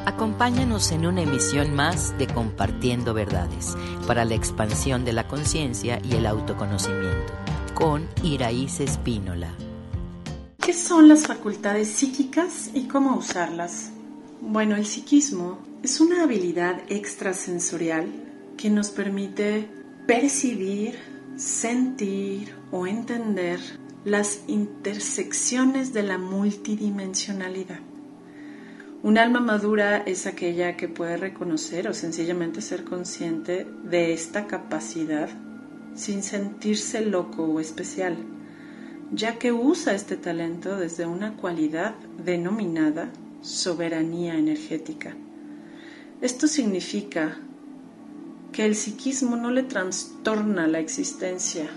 Acompáñanos en una emisión más de Compartiendo Verdades para la expansión de la conciencia y el autoconocimiento, con Iraíz Espínola. ¿Qué son las facultades psíquicas y cómo usarlas? Bueno, el psiquismo es una habilidad extrasensorial que nos permite percibir, sentir o entender las intersecciones de la multidimensionalidad. Un alma madura es aquella que puede reconocer o sencillamente ser consciente de esta capacidad sin sentirse loco o especial, ya que usa este talento desde una cualidad denominada soberanía energética. Esto significa que el psiquismo no le trastorna la existencia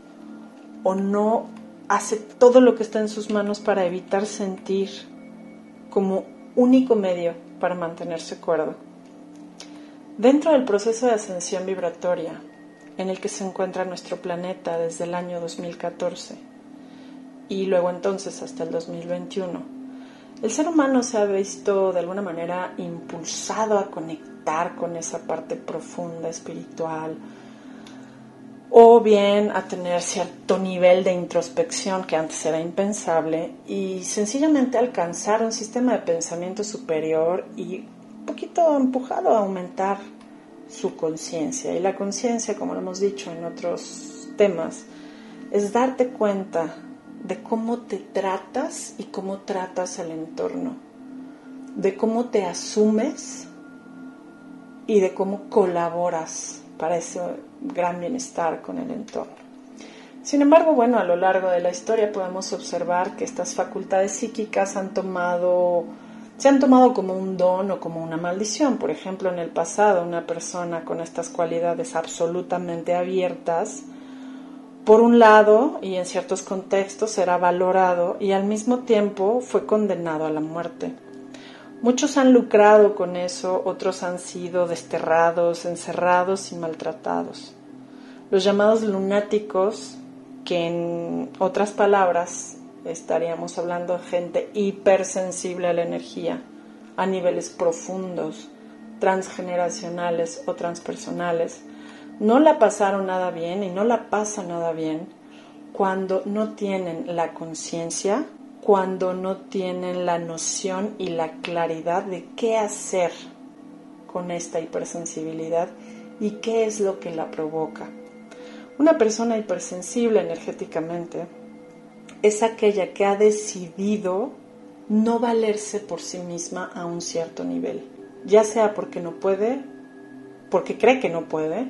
o no hace todo lo que está en sus manos para evitar sentir como único medio para mantenerse cuerdo. Dentro del proceso de ascensión vibratoria en el que se encuentra nuestro planeta desde el año 2014 y luego entonces hasta el 2021, el ser humano se ha visto de alguna manera impulsado a conectar con esa parte profunda espiritual, o bien a tener cierto nivel de introspección que antes era impensable y sencillamente alcanzar un sistema de pensamiento superior y un poquito empujado a aumentar su conciencia. Y la conciencia, como lo hemos dicho en otros temas, es darte cuenta de cómo te tratas y cómo tratas al entorno, de cómo te asumes y de cómo colaboras para ese gran bienestar con el entorno. Sin embargo, bueno, a lo largo de la historia podemos observar que estas facultades psíquicas se han tomado como un don o como una maldición. Por ejemplo, en el pasado, una persona con estas cualidades absolutamente abiertas, por un lado, y en ciertos contextos, era valorado y al mismo tiempo fue condenado a la muerte. Muchos han lucrado con eso, otros han sido desterrados, encerrados y maltratados. Los llamados lunáticos, que en otras palabras estaríamos hablando de gente hipersensible a la energía, a niveles profundos, transgeneracionales o transpersonales, no la pasaron nada bien y no la pasan nada bien cuando no tienen la conciencia, cuando no tienen la noción y la claridad de qué hacer con esta hipersensibilidad y qué es lo que la provoca. Una persona hipersensible energéticamente es aquella que ha decidido no valerse por sí misma a un cierto nivel, ya sea porque no puede, porque cree que no puede,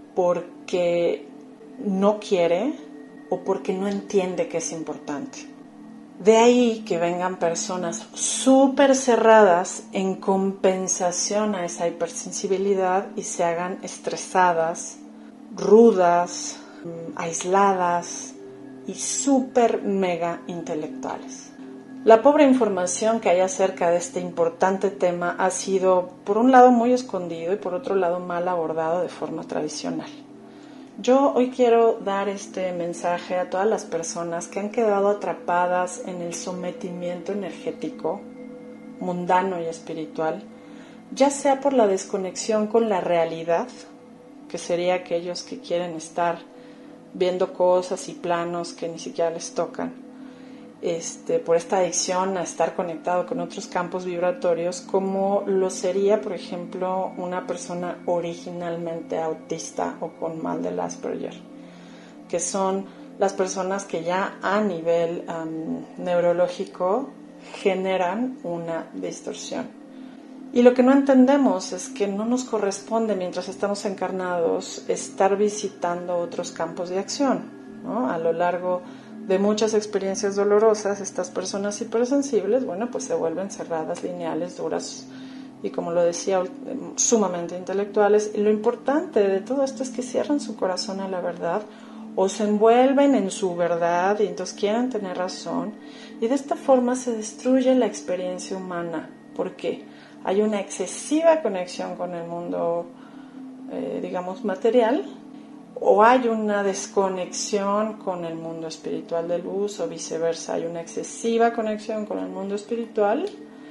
porque no quiere o porque no entiende que es importante. De ahí que vengan personas súper cerradas en compensación a esa hipersensibilidad y se hagan estresadas, rudas, aisladas y súper mega intelectuales. La pobre información que hay acerca de este importante tema ha sido, por un lado, muy escondido y por otro lado, mal abordado de forma tradicional. Yo hoy quiero dar este mensaje a todas las personas que han quedado atrapadas en el sometimiento energético, mundano y espiritual, ya sea por la desconexión con la realidad, que sería aquellos que quieren estar viendo cosas y planos que ni siquiera les tocan, por esta adicción a estar conectado con otros campos vibratorios, como lo sería, por ejemplo, una persona originalmente autista o con mal del Asperger, que son las personas que ya a nivel neurológico generan una distorsión. Y lo que no entendemos es que no nos corresponde, mientras estamos encarnados, estar visitando otros campos de acción, ¿no? A lo largo de muchas experiencias dolorosas, estas personas hipersensibles, bueno, pues se vuelven cerradas, lineales, duras y, como lo decía, sumamente intelectuales. Y lo importante de todo esto es que cierran su corazón a la verdad o se envuelven en su verdad y entonces quieren tener razón. Y de esta forma se destruye la experiencia humana, porque hay una excesiva conexión con el mundo, material, o hay una desconexión con el mundo espiritual de luz o viceversa. Hay una excesiva conexión con el mundo espiritual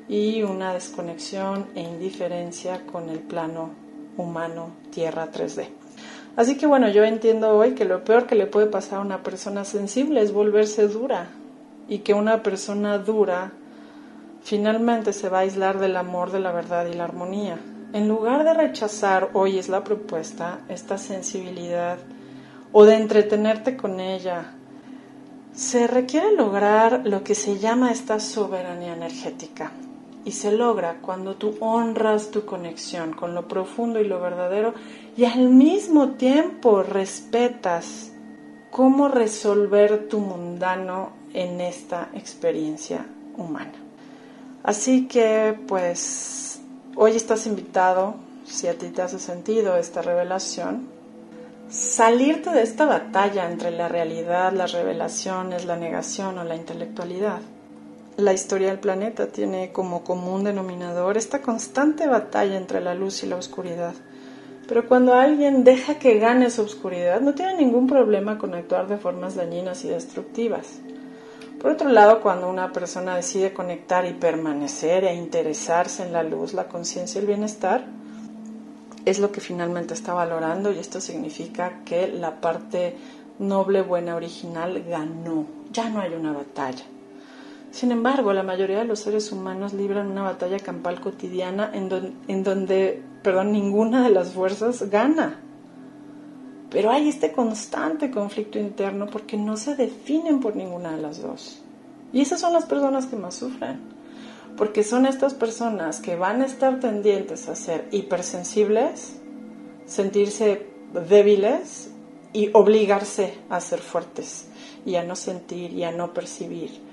y una desconexión e indiferencia con el plano humano, tierra 3D. Así que bueno, yo entiendo hoy que lo peor que le puede pasar a una persona sensible es volverse dura, y que una persona dura finalmente se va a aislar del amor, de la verdad y la armonía. En lugar de rechazar, hoy es la propuesta, esta sensibilidad o de entretenerte con ella, se requiere lograr lo que se llama esta soberanía energética. Y se logra cuando tú honras tu conexión con lo profundo y lo verdadero y al mismo tiempo respetas cómo resolver tu mundano en esta experiencia humana. Así que pues hoy estás invitado, si a ti te hace sentido esta revelación, salirte de esta batalla entre la realidad, las revelaciones, la negación o la intelectualidad. La historia del planeta tiene como común denominador esta constante batalla entre la luz y la oscuridad. Pero cuando alguien deja que gane su oscuridad, no tiene ningún problema con actuar de formas dañinas y destructivas. Por otro lado, cuando una persona decide conectar y permanecer e interesarse en la luz, la conciencia y el bienestar, es lo que finalmente está valorando, y esto significa que la parte noble, buena, original ganó. Ya no hay una batalla. Sin embargo, la mayoría de los seres humanos libran una batalla campal cotidiana en donde ninguna de las fuerzas gana. Pero hay este constante conflicto interno porque no se definen por ninguna de las dos. Y esas son las personas que más sufren, porque son estas personas que van a estar tendientes a ser hipersensibles, sentirse débiles y obligarse a ser fuertes y a no sentir y a no percibir.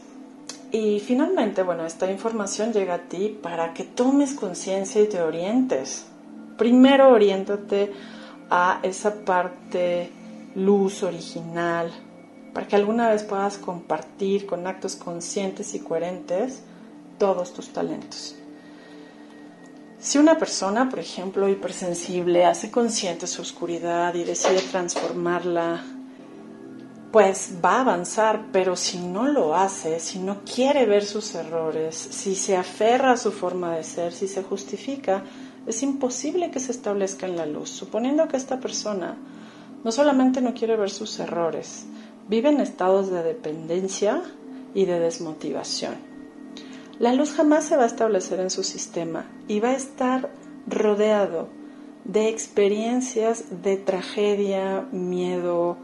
Y finalmente, esta información llega a ti para que tomes conciencia y te orientes. Primero oriéntate a esa parte luz original, para que alguna vez puedas compartir con actos conscientes y coherentes todos tus talentos. Si una persona, por ejemplo, hipersensible, hace consciente su oscuridad y decide transformarla, pues va a avanzar, pero si no lo hace, si no quiere ver sus errores, si se aferra a su forma de ser, si se justifica, es imposible que se establezca en la luz, suponiendo que esta persona no solamente no quiere ver sus errores, vive en estados de dependencia y de desmotivación. La luz jamás se va a establecer en su sistema y va a estar rodeado de experiencias de tragedia, miedo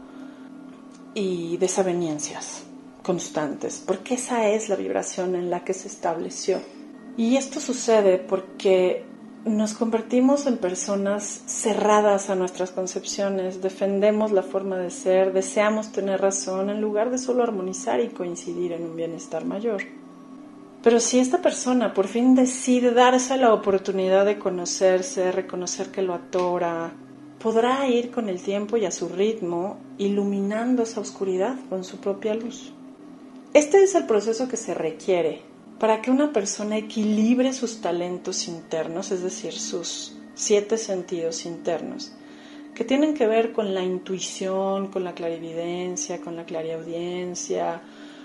y desavenencias constantes, porque esa es la vibración en la que se estableció. Y esto sucede porque nos convertimos en personas cerradas a nuestras concepciones, defendemos la forma de ser, deseamos tener razón en lugar de solo armonizar y coincidir en un bienestar mayor. Pero si esta persona por fin decide darse la oportunidad de conocerse, reconocer que lo atora, podrá ir con el tiempo y a su ritmo, iluminando esa oscuridad con su propia luz. Este es el proceso que se requiere para que una persona equilibre sus talentos internos, es decir, sus 7 sentidos internos, que tienen que ver con la intuición, con la clarividencia, con la clariaudiencia,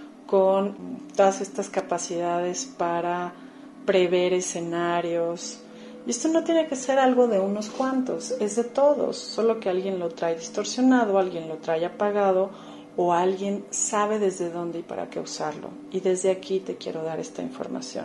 con todas estas capacidades para prever escenarios. Y esto no tiene que ser algo de unos cuantos, es de todos, solo que alguien lo trae distorsionado, alguien lo trae apagado o alguien sabe desde dónde y para qué usarlo. Y desde aquí te quiero dar esta información.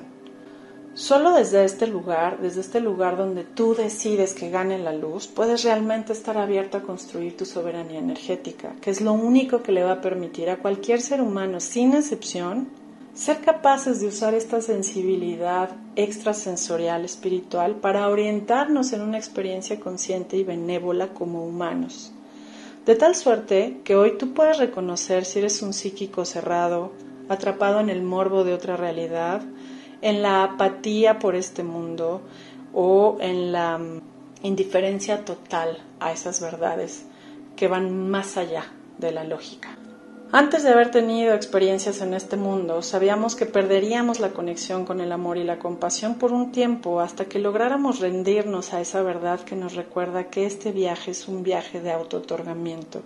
Solo desde este lugar donde tú decides que gane la luz, puedes realmente estar abierto a construir tu soberanía energética, que es lo único que le va a permitir a cualquier ser humano, sin excepción, ser capaces de usar esta sensibilidad extrasensorial espiritual para orientarnos en una experiencia consciente y benévola como humanos. De tal suerte que hoy tú puedes reconocer si eres un psíquico cerrado, atrapado en el morbo de otra realidad, en la apatía por este mundo o en la indiferencia total a esas verdades que van más allá de la lógica. Antes de haber tenido experiencias en este mundo, sabíamos que perderíamos la conexión con el amor y la compasión por un tiempo hasta que lográramos rendirnos a esa verdad que nos recuerda que este viaje es un viaje de autootorgamiento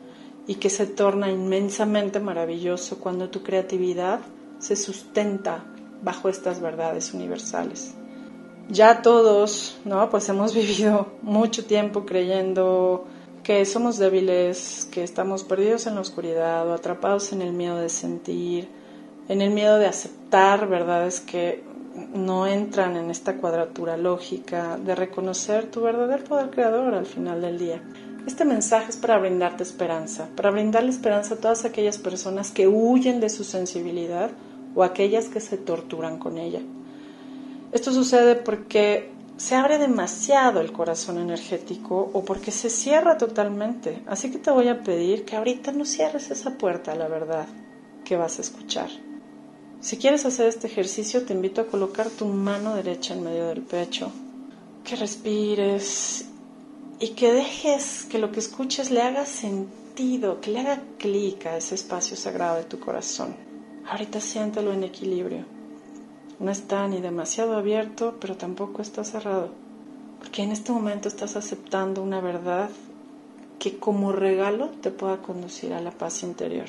y que se torna inmensamente maravilloso cuando tu creatividad se sustenta bajo estas verdades universales. Ya todos, ¿no? Pues hemos vivido mucho tiempo creyendo que somos débiles, que estamos perdidos en la oscuridad o atrapados en el miedo de sentir, en el miedo de aceptar verdades que no entran en esta cuadratura lógica, de reconocer tu verdadero poder creador al final del día. Este mensaje es para brindarte esperanza, para brindarle esperanza a todas aquellas personas que huyen de su sensibilidad o aquellas que se torturan con ella. Esto sucede porque se abre demasiado el corazón energético o porque se cierra totalmente. Así que te voy a pedir que ahorita no cierres esa puerta a la verdad que vas a escuchar. Si quieres hacer este ejercicio, te invito a colocar tu mano derecha en medio del pecho, que respires y que dejes que lo que escuches le haga sentido, que le haga clic a ese espacio sagrado de tu corazón. Ahorita siéntelo en equilibrio. No está ni demasiado abierto, pero tampoco está cerrado, porque en este momento estás aceptando una verdad que como regalo te pueda conducir a la paz interior.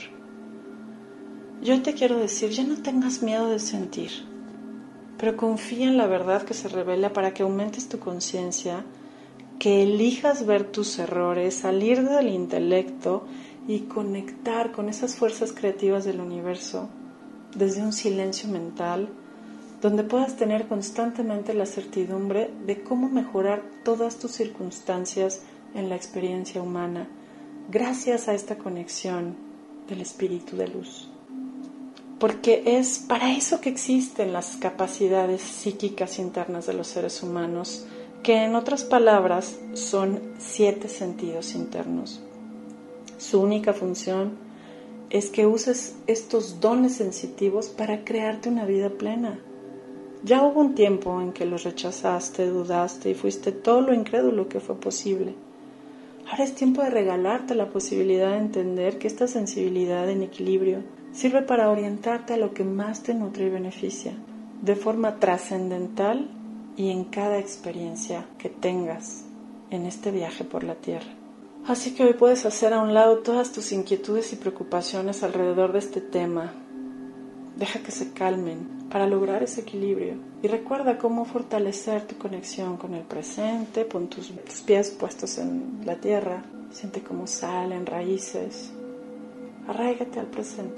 Yo te quiero decir, ya no tengas miedo de sentir, pero confía en la verdad que se revela para que aumentes tu conciencia, que elijas ver tus errores, salir del intelecto y conectar con esas fuerzas creativas del universo desde un silencio mental, donde puedas tener constantemente la certidumbre de cómo mejorar todas tus circunstancias en la experiencia humana, gracias a esta conexión del espíritu de luz. Porque es para eso que existen las capacidades psíquicas internas de los seres humanos, que en otras palabras son 7 sentidos internos. Su única función es que uses estos dones sensitivos para crearte una vida plena. Ya hubo un tiempo en que los rechazaste, dudaste y fuiste todo lo incrédulo que fue posible. Ahora es tiempo de regalarte la posibilidad de entender que esta sensibilidad en equilibrio sirve para orientarte a lo que más te nutre y beneficia, de forma trascendental y en cada experiencia que tengas en este viaje por la Tierra. Así que hoy puedes hacer a un lado todas tus inquietudes y preocupaciones alrededor de este tema. Deja que se calmen para lograr ese equilibrio y recuerda cómo fortalecer tu conexión con el presente. Pon tus pies puestos en la tierra, siente cómo salen raíces, arráigate al presente,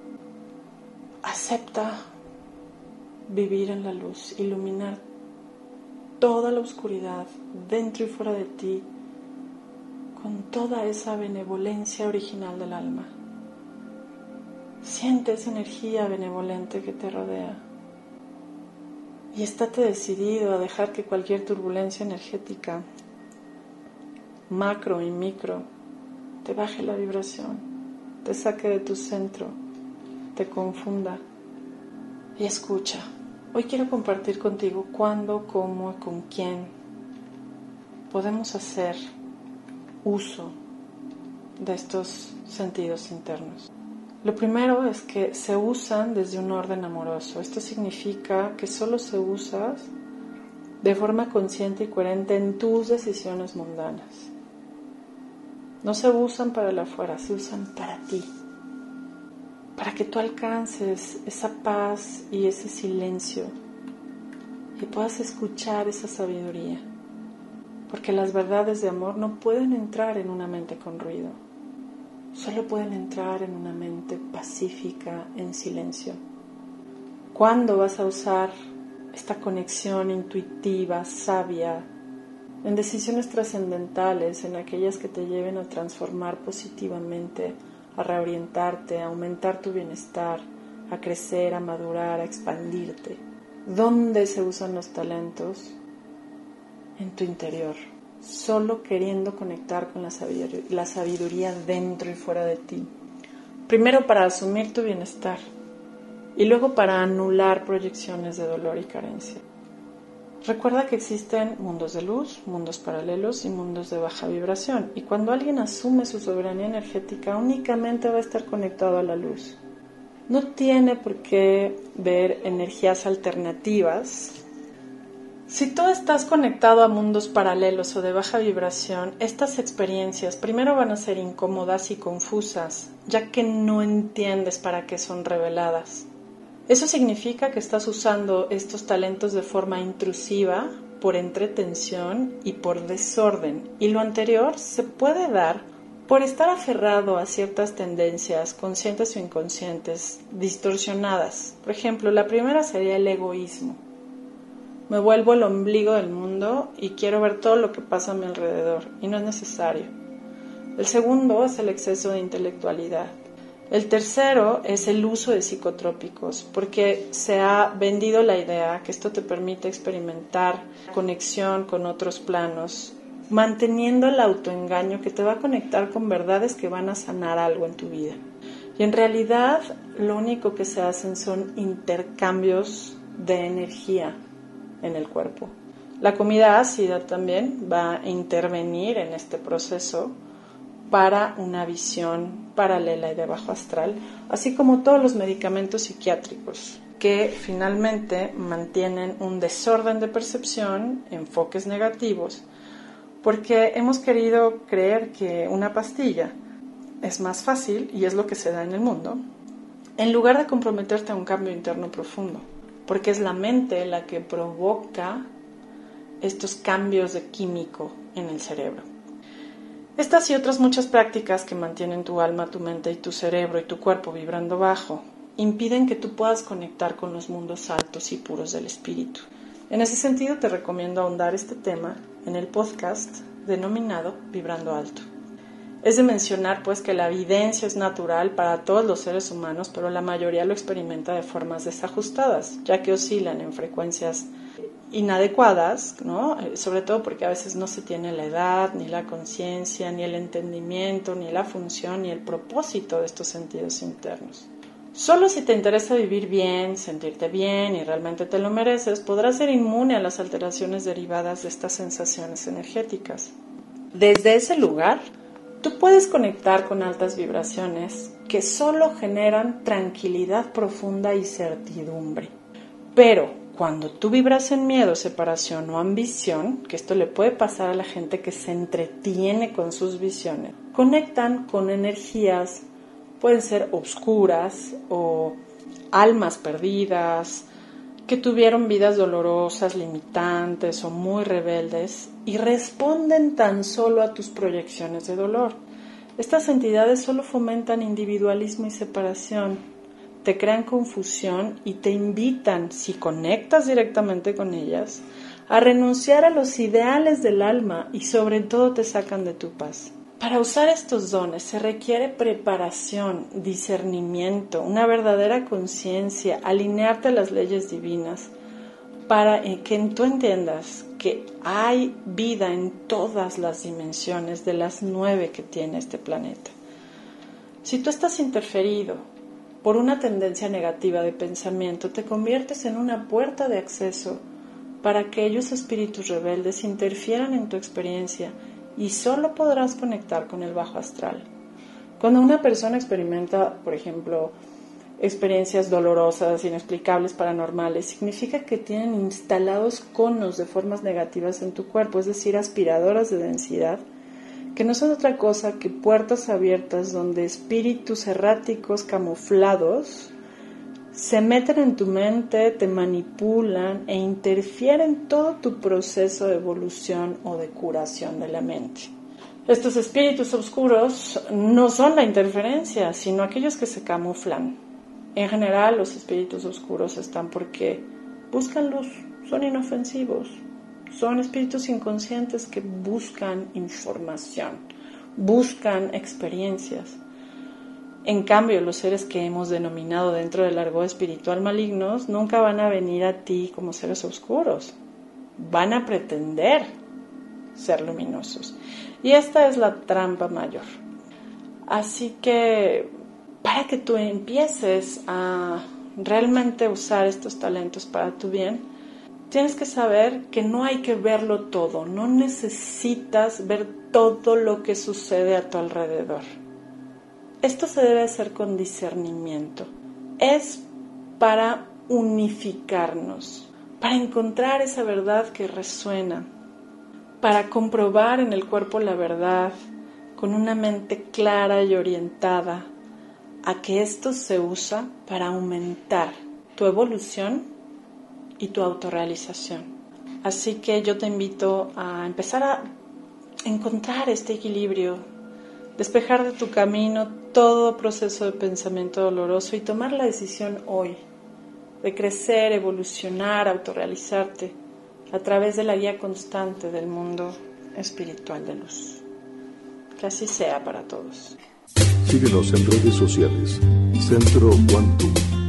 acepta vivir en la luz, iluminar toda la oscuridad dentro y fuera de ti con toda esa benevolencia original del alma. Siente esa energía benevolente que te rodea y estate decidido a dejar que cualquier turbulencia energética, macro y micro, te baje la vibración, te saque de tu centro, te confunda y escucha. Hoy quiero compartir contigo cuándo, cómo y con quién podemos hacer uso de estos sentidos internos. Lo primero es que se usan desde un orden amoroso. Esto significa que solo se usan de forma consciente y coherente en tus decisiones mundanas. No se usan para el afuera, se usan para ti. Para que tú alcances esa paz y ese silencio y puedas escuchar esa sabiduría. Porque las verdades de amor no pueden entrar en una mente con ruido. Solo pueden entrar en una mente pacífica, en silencio. ¿Cuándo vas a usar esta conexión intuitiva, sabia, en decisiones trascendentales, en aquellas que te lleven a transformar positivamente, a reorientarte, a aumentar tu bienestar, a crecer, a madurar, a expandirte? ¿Dónde se usan los talentos? En tu interior. Solo queriendo conectar con la sabiduría dentro y fuera de ti. Primero para asumir tu bienestar y luego para anular proyecciones de dolor y carencia. Recuerda que existen mundos de luz, mundos paralelos y mundos de baja vibración, y cuando alguien asume su soberanía energética únicamente va a estar conectado a la luz. No tiene por qué ver energías alternativas. Si tú estás conectado a mundos paralelos o de baja vibración, estas experiencias primero van a ser incómodas y confusas, ya que no entiendes para qué son reveladas. Eso significa que estás usando estos talentos de forma intrusiva, por entretención y por desorden. Y lo anterior se puede dar por estar aferrado a ciertas tendencias, conscientes o inconscientes, distorsionadas. Por ejemplo, la primera sería el egoísmo. Me vuelvo el ombligo del mundo y quiero ver todo lo que pasa a mi alrededor, y no es necesario. El segundo es el exceso de intelectualidad. El tercero es el uso de psicotrópicos, porque se ha vendido la idea que esto te permite experimentar conexión con otros planos, manteniendo el autoengaño que te va a conectar con verdades que van a sanar algo en tu vida. Y en realidad lo único que se hacen son intercambios de energía en el cuerpo. La comida ácida también va a intervenir en este proceso para una visión paralela y de bajo astral, así como todos los medicamentos psiquiátricos que finalmente mantienen un desorden de percepción, enfoques negativos, porque hemos querido creer que una pastilla es más fácil, y es lo que se da en el mundo, en lugar de comprometerte a un cambio interno profundo, porque es la mente la que provoca estos cambios de químico en el cerebro. Estas y otras muchas prácticas que mantienen tu alma, tu mente y tu cerebro y tu cuerpo vibrando bajo impiden que tú puedas conectar con los mundos altos y puros del espíritu. En ese sentido te recomiendo ahondar este tema en el podcast denominado Vibrando Alto. Es de mencionar pues que la evidencia es natural para todos los seres humanos, pero la mayoría lo experimenta de formas desajustadas, ya que oscilan en frecuencias inadecuadas, ¿no? Sobre todo porque a veces no se tiene la edad, ni la conciencia, ni el entendimiento, ni la función, ni el propósito de estos sentidos internos. Solo si te interesa vivir bien, sentirte bien y realmente te lo mereces, podrás ser inmune a las alteraciones derivadas de estas sensaciones energéticas. Desde ese lugar, tú puedes conectar con altas vibraciones que solo generan tranquilidad profunda y certidumbre. Pero cuando tú vibras en miedo, separación o ambición, que esto le puede pasar a la gente que se entretiene con sus visiones, conectan con energías, pueden ser oscuras o almas perdidas, que tuvieron vidas dolorosas, limitantes o muy rebeldes y responden tan solo a tus proyecciones de dolor. Estas entidades solo fomentan individualismo y separación, te crean confusión y te invitan, si conectas directamente con ellas, a renunciar a los ideales del alma y sobre todo te sacan de tu paz. Para usar estos dones se requiere preparación, discernimiento, una verdadera conciencia, alinearte a las leyes divinas, para que tú entiendas que hay vida en todas las dimensiones de las 9 que tiene este planeta. Si tú estás interferido por una tendencia negativa de pensamiento, te conviertes en una puerta de acceso para que aquellos espíritus rebeldes interfieran en tu experiencia y solo podrás conectar con el bajo astral. Cuando una persona experimenta, por ejemplo, experiencias dolorosas, inexplicables, paranormales, significa que tienen instalados conos de formas negativas en tu cuerpo, es decir, aspiradoras de densidad, que no son otra cosa que puertas abiertas donde espíritus erráticos camuflados se meten en tu mente, te manipulan e interfieren todo tu proceso de evolución o de curación de la mente. Estos espíritus oscuros no son la interferencia, sino aquellos que se camuflan. En general, los espíritus oscuros están porque buscan luz, son inofensivos, son espíritus inconscientes que buscan información, buscan experiencias. En cambio, los seres que hemos denominado dentro del argot espiritual malignos nunca van a venir a ti como seres oscuros. Van a pretender ser luminosos. Y esta es la trampa mayor. Así que, para que tú empieces a realmente usar estos talentos para tu bien, tienes que saber que no hay que verlo todo. No necesitas ver todo lo que sucede a tu alrededor. Esto se debe hacer con discernimiento. Es para unificarnos, para encontrar esa verdad que resuena, para comprobar en el cuerpo la verdad con una mente clara y orientada a que esto se usa para aumentar tu evolución y tu autorrealización. Así que yo te invito a empezar a encontrar este equilibrio, despejar de tu camino todo proceso de pensamiento doloroso y tomar la decisión hoy de crecer, evolucionar, autorrealizarte a través de la guía constante del mundo espiritual de luz. Que así sea para todos. Síguenos en redes sociales. Centro Quantum.